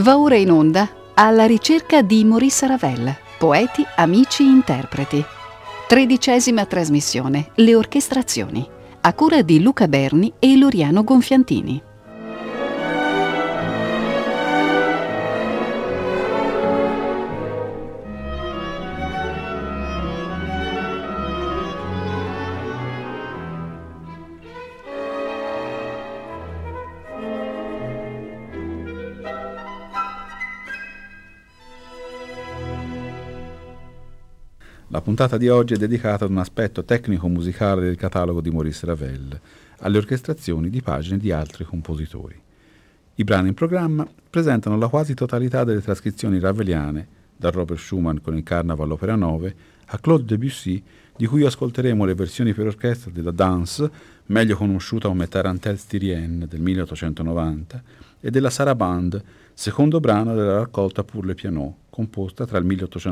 Va ora in onda Alla ricerca di Maurice Ravel, poeti, amici, interpreti. 13ª trasmissione, Le orchestrazioni, a cura di Luca Berni e Loriano Gonfiantini. La puntata di oggi è dedicata ad un aspetto tecnico-musicale del catalogo di Maurice Ravel, alle orchestrazioni di pagine di altri compositori. I brani in programma presentano la quasi totalità delle trascrizioni raveliane, da Robert Schumann con il Carnaval Opera 9 a Claude Debussy, di cui ascolteremo le versioni per orchestra della Danse, meglio conosciuta come Tarentelle Styrienne del 1890, e della Sarabande, secondo brano della raccolta Pour le piano, composta tra il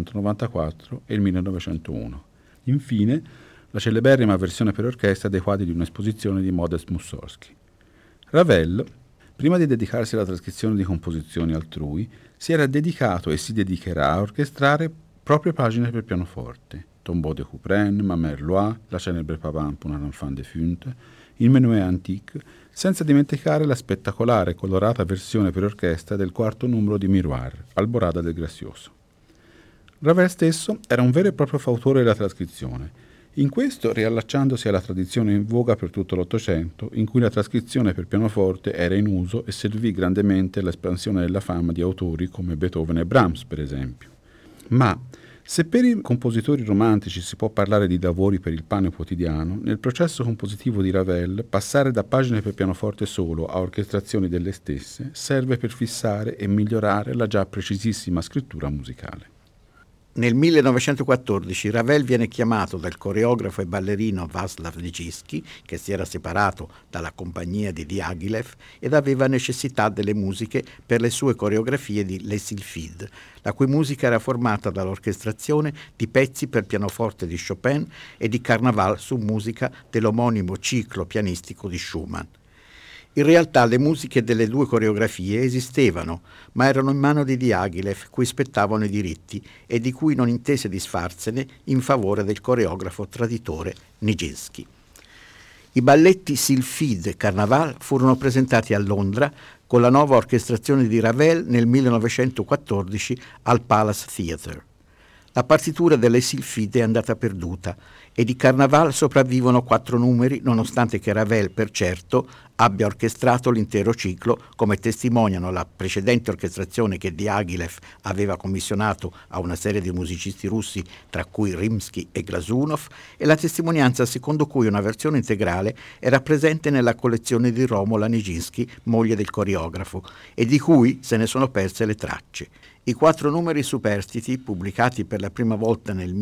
1894 e il 1901. Infine, la celeberrima versione per orchestra dei quadri di un'esposizione di Modest Mussorgsky. Ravel, prima di dedicarsi alla trascrizione di composizioni altrui, si era dedicato e si dedicherà a orchestrare proprie pagine per pianoforte, Tombeau de Couperin, Ma Mère Loire, la celebre Pavane pour un enfant défunt, il Menuet antique, senza dimenticare la spettacolare e colorata versione per orchestra del quarto numero di Miroir, Alborada del Gracioso. Ravel stesso era un vero e proprio fautore della trascrizione, in questo riallacciandosi alla tradizione in voga per tutto l'Ottocento, in cui la trascrizione per pianoforte era in uso e servì grandemente all'espansione della fama di autori come Beethoven e Brahms, per esempio. Ma se per i compositori romantici si può parlare di lavori per il pane quotidiano, nel processo compositivo di Ravel passare da pagine per pianoforte solo a orchestrazioni delle stesse serve per fissare e migliorare la già precisissima scrittura musicale. Nel 1914 Ravel viene chiamato dal coreografo e ballerino Václav Nijinsky, che si era separato dalla compagnia di Diaghilev ed aveva necessità delle musiche per le sue coreografie di Les Sylphides, la cui musica era formata dall'orchestrazione di pezzi per pianoforte di Chopin e di Carnaval su musica dell'omonimo ciclo pianistico di Schumann. In realtà le musiche delle due coreografie esistevano, ma erano in mano di Diaghilev, cui spettavano i diritti e di cui non intese disfarsene in favore del coreografo traditore Nijinsky. I balletti Sylphide e Carnaval furono presentati a Londra con la nuova orchestrazione di Ravel nel 1914 al Palace Theatre. La partitura delle Sylphide è andata perduta e di Carnaval sopravvivono 4 numeri, nonostante che Ravel, per certo, abbia orchestrato l'intero ciclo, come testimoniano la precedente orchestrazione che Diaghilev aveva commissionato a una serie di musicisti russi, tra cui Rimsky e Glazunov, e la testimonianza secondo cui una versione integrale era presente nella collezione di Romola Nijinsky, moglie del coreografo, e di cui se ne sono perse le tracce. I 4 numeri superstiti, pubblicati per la prima volta nel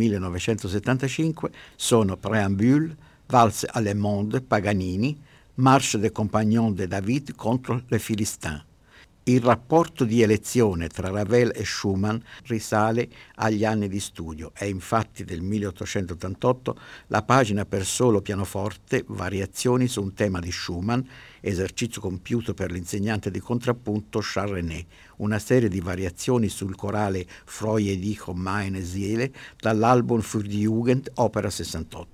1975, sono Préambule, Valse allemande, Paganini, Marche des Compagnons de David contre les Philistins. Il rapporto di elezione tra Ravel e Schumann risale agli anni di studio. È infatti del 1888 la pagina per solo pianoforte, variazioni su un tema di Schumann, esercizio compiuto per l'insegnante di contrappunto Charles René, una serie di variazioni sul corale Freue dich um meine Seele dall'album Für die Jugend, opera 68.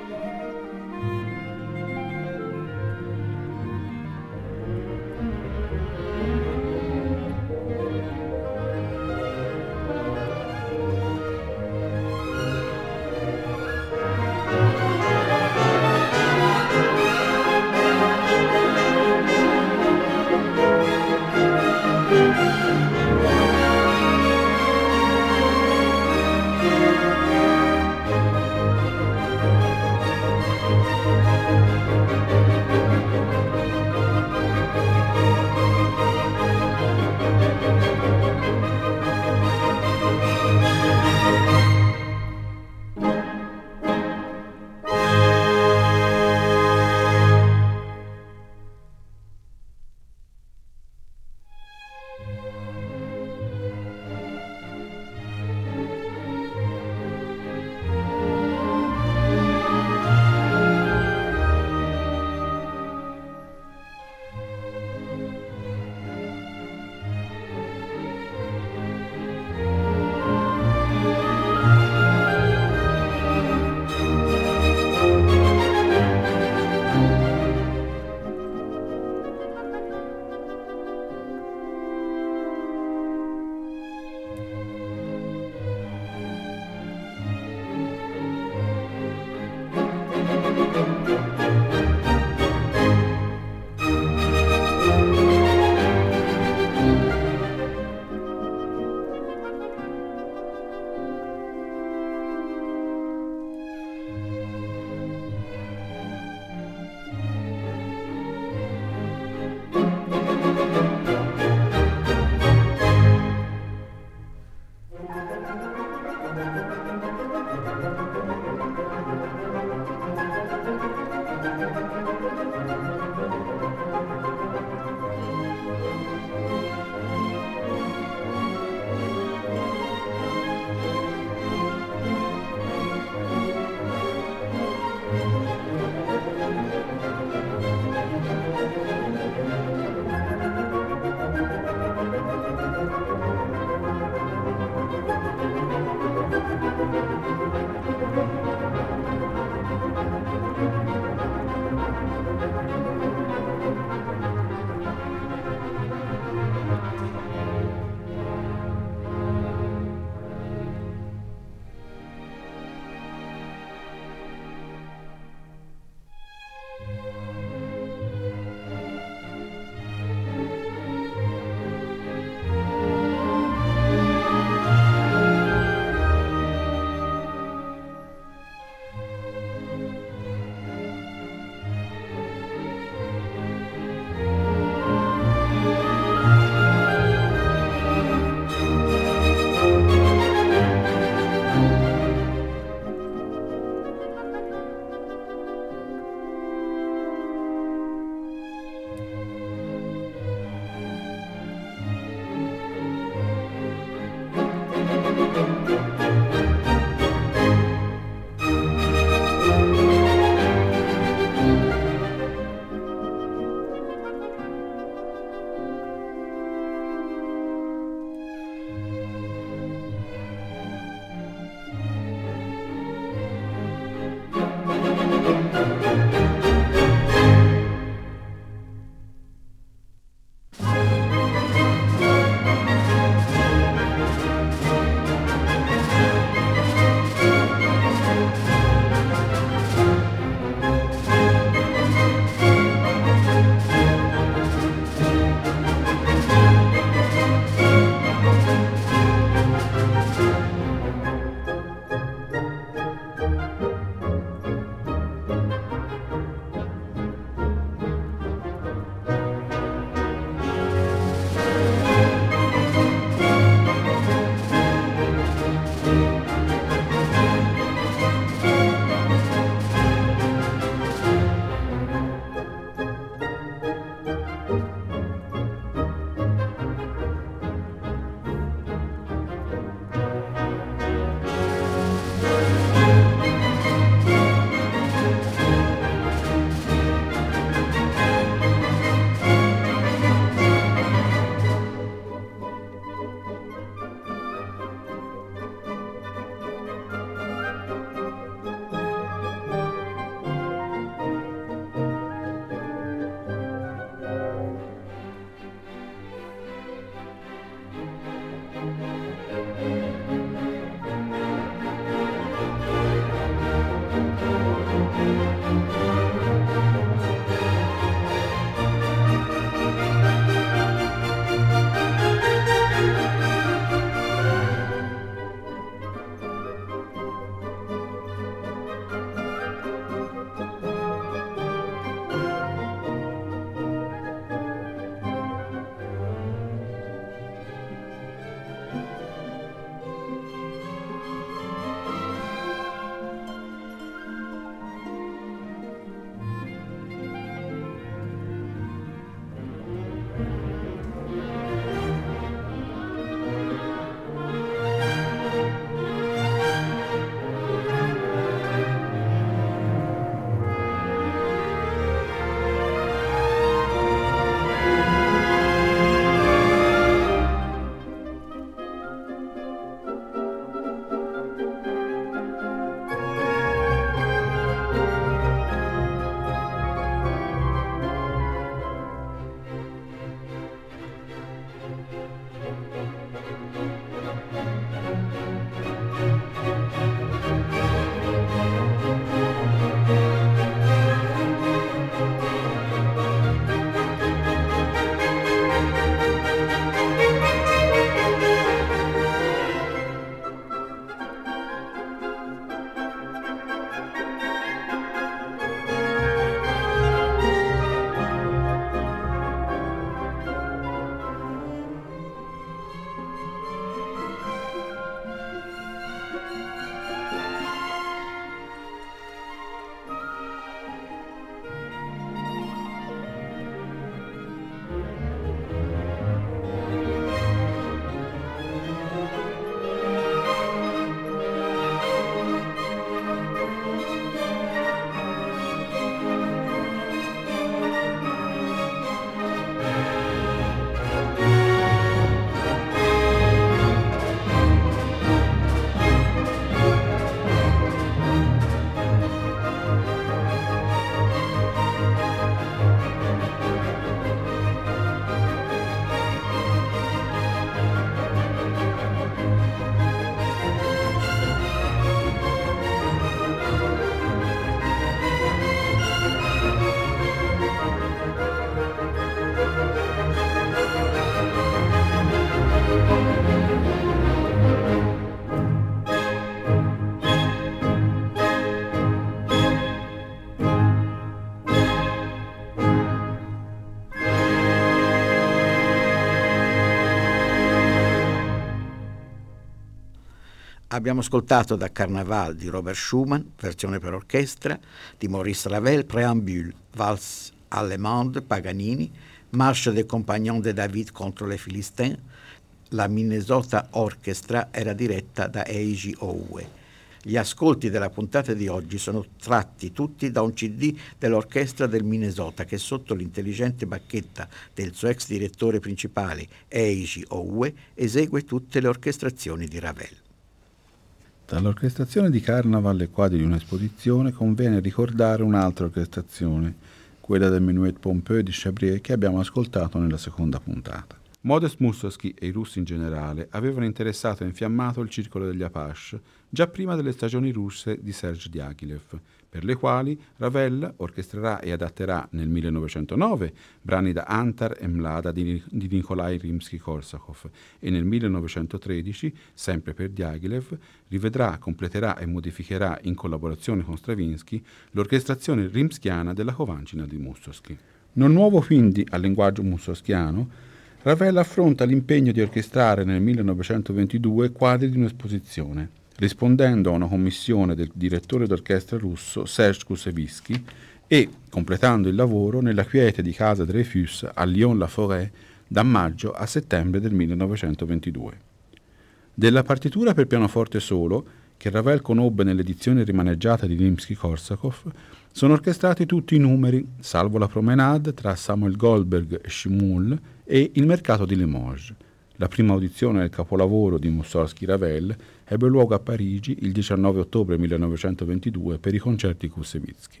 Abbiamo ascoltato da Carnaval di Robert Schumann, versione per orchestra, di Maurice Ravel, Préambule, Valse allemande, Paganini, Marche des Compagnons de David contre les Philistins. La Minnesota Orchestra era diretta da Eiji Oue. Gli ascolti della puntata di oggi sono tratti tutti da un CD dell'orchestra del Minnesota che sotto l'intelligente bacchetta del suo ex direttore principale Eiji Oue esegue tutte le orchestrazioni di Ravel. Dall'orchestrazione di Carnaval e quadri di un'esposizione conviene ricordare un'altra orchestrazione, quella del Menuet Pompeux di Chabrier che abbiamo ascoltato nella seconda puntata. Modest Mussorgsky e i russi in generale avevano interessato e infiammato il circolo degli Apache già prima delle stagioni russe di Serge Diaghilev, per le quali Ravel orchestrerà e adatterà nel 1909 brani da Antar e Mlada di Nikolai Rimsky-Korsakov e nel 1913, sempre per Diaghilev, rivedrà, completerà e modificherà in collaborazione con Stravinsky l'orchestrazione rimskiana della Covancina di Mussorgsky. Non nuovo quindi al linguaggio mussorgschiano, Ravel affronta l'impegno di orchestrare nel 1922 quadri di un'esposizione, rispondendo a una commissione del direttore d'orchestra russo Serge Koussevitzky e completando il lavoro nella quiete di casa Dreyfus a Lyon-la-Forêt da maggio a settembre del 1922. Della partitura per pianoforte solo, che Ravel conobbe nell'edizione rimaneggiata di Rimsky-Korsakov, sono orchestrati tutti i numeri, salvo la promenade tra Samuel Goldberg e Shmuel e il mercato di Limoges. La prima audizione del capolavoro di Mussorgsky-Ravel ebbe luogo a Parigi il 19 ottobre 1922 per i concerti Koussevitzky.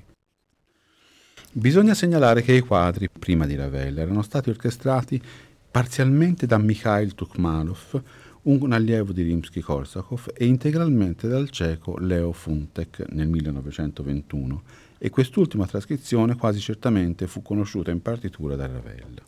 Bisogna segnalare che i quadri, prima di Ravel, erano stati orchestrati parzialmente da Mikhail Tukhmalov, un allievo di Rimsky-Korsakov, e integralmente dal ceco Leo Funtek nel 1921, e quest'ultima trascrizione quasi certamente fu conosciuta in partitura da Ravel.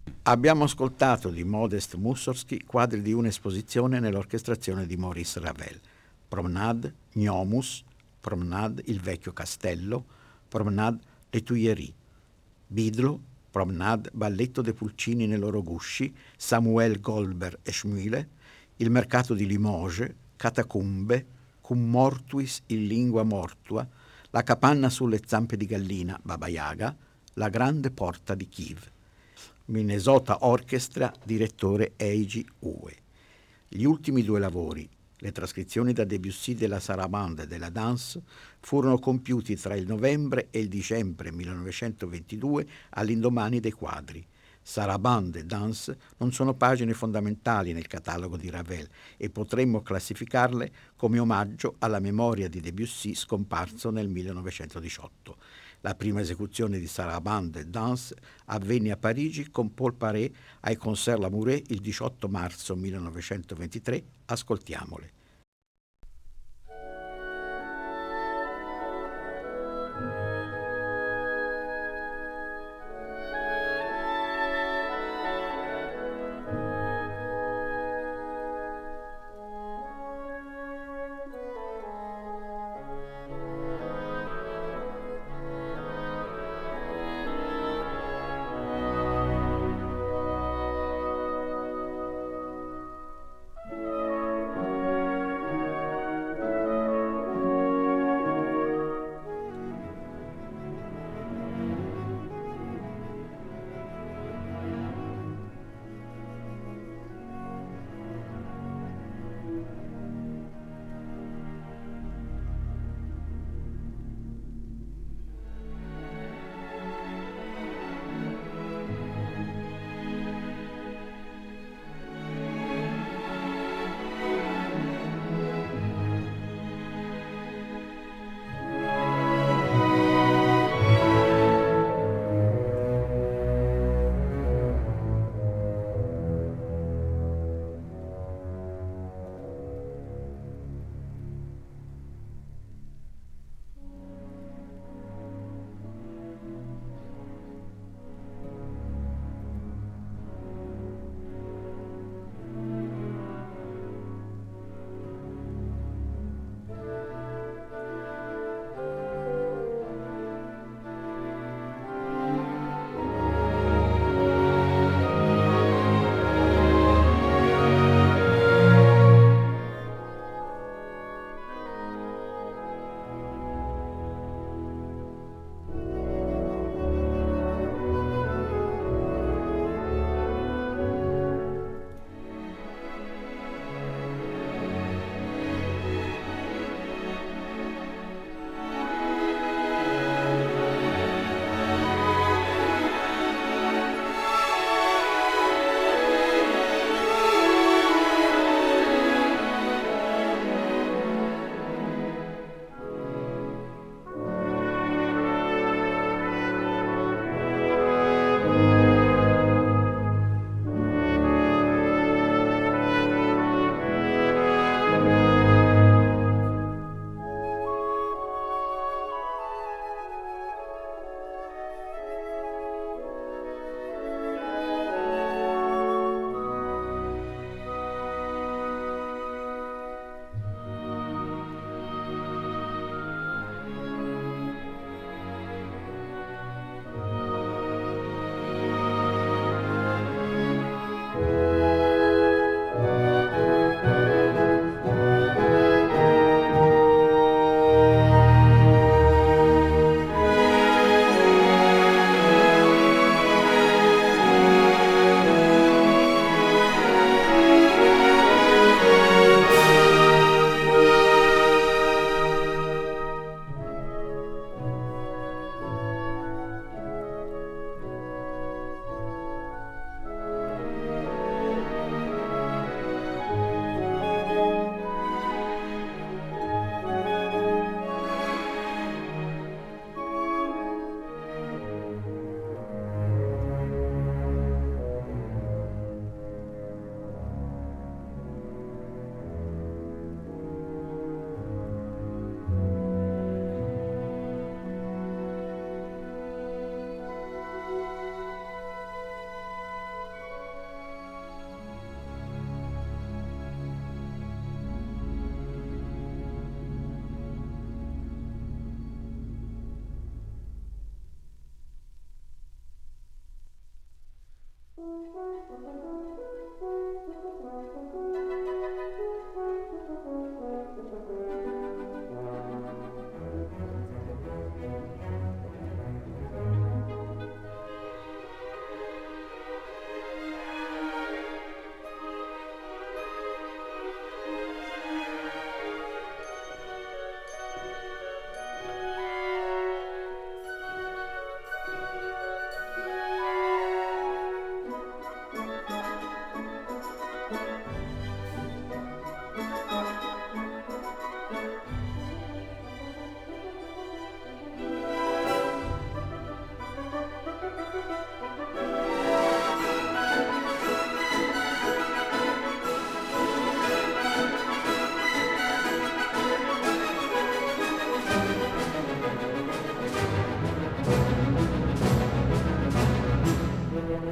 Abbiamo ascoltato di Modest Mussorgsky quadri di un'esposizione nell'orchestrazione di Maurice Ravel. Promenade, Gnomus, Promenade, il vecchio castello, Promenade, le Tuileries. Bidlo, Promenade, balletto dei pulcini nei loro gusci, Samuel Goldberg e Schmühle, il mercato di Limoges, Catacumbe, Cum mortuis in lingua mortua, la capanna sulle zampe di gallina, Baba Yaga, la grande porta di Kiev. Minnesota Orchestra, direttore Eiji Uwe. Gli ultimi due lavori, le trascrizioni da Debussy della Sarabande e della Danse, furono compiuti tra il novembre e il dicembre 1922 all'indomani dei quadri. Sarabande e Danse non sono pagine fondamentali nel catalogo di Ravel e potremmo classificarle come omaggio alla memoria di Debussy scomparso nel 1918. La prima esecuzione di Sarabande e Danse avvenne a Parigi con Paul Paré ai Concerts Lamoureux il 18 marzo 1923. Ascoltiamole.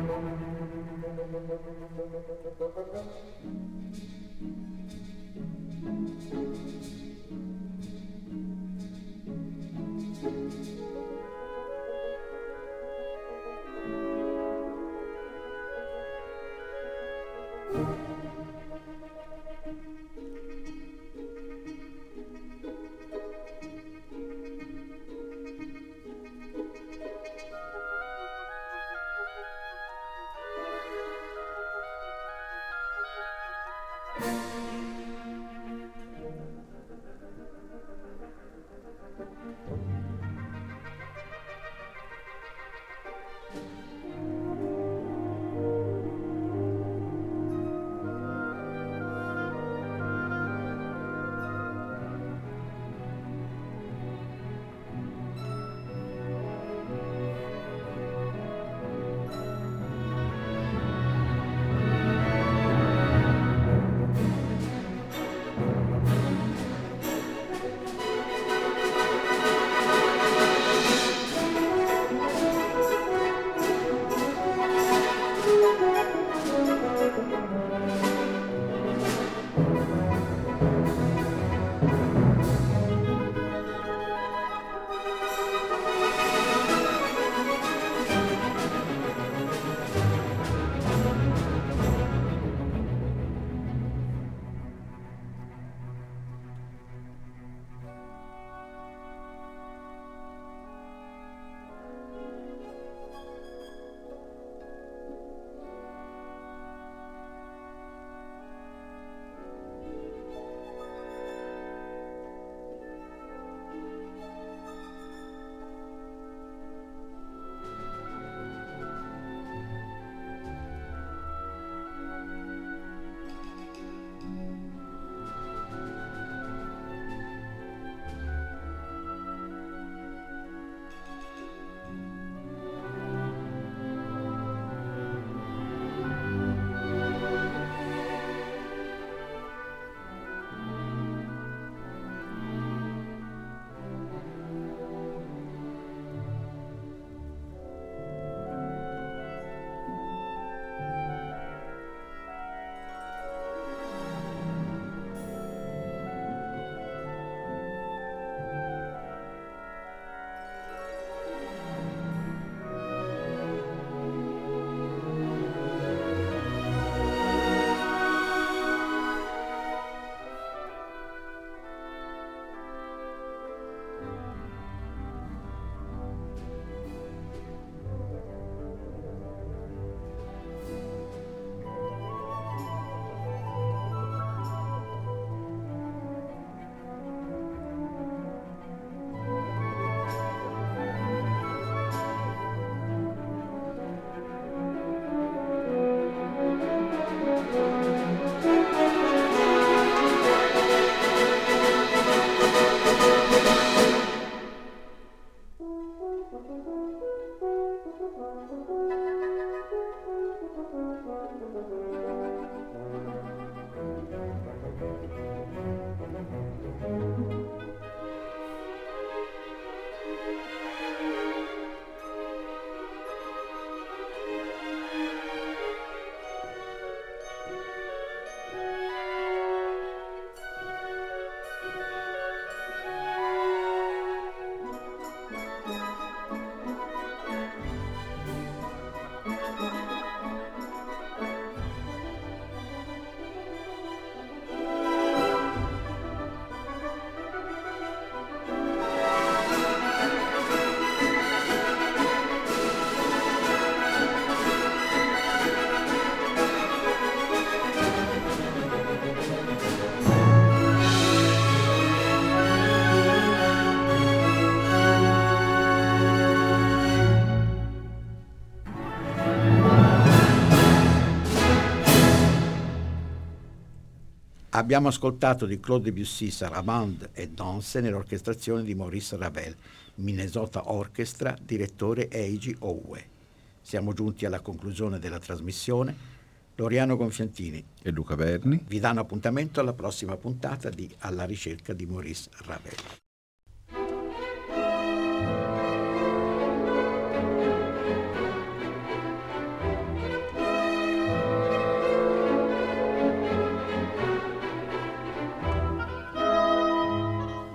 Abbiamo ascoltato di Claude Debussy Sarabande e Danse nell'orchestrazione di Maurice Ravel, Minnesota Orchestra, direttore Eiji Oue. Siamo giunti alla conclusione della trasmissione. Loriano Gonfiantini e Luca Berni vi danno appuntamento alla prossima puntata di Alla ricerca di Maurice Ravel.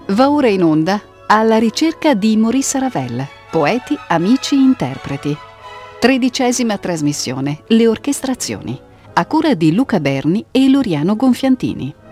Va ora in onda Alla ricerca di Maurice Ravel, poeti, amici, interpreti. 13ª trasmissione, Le orchestrazioni, a cura di Luca Berni e Loriano Gonfiantini.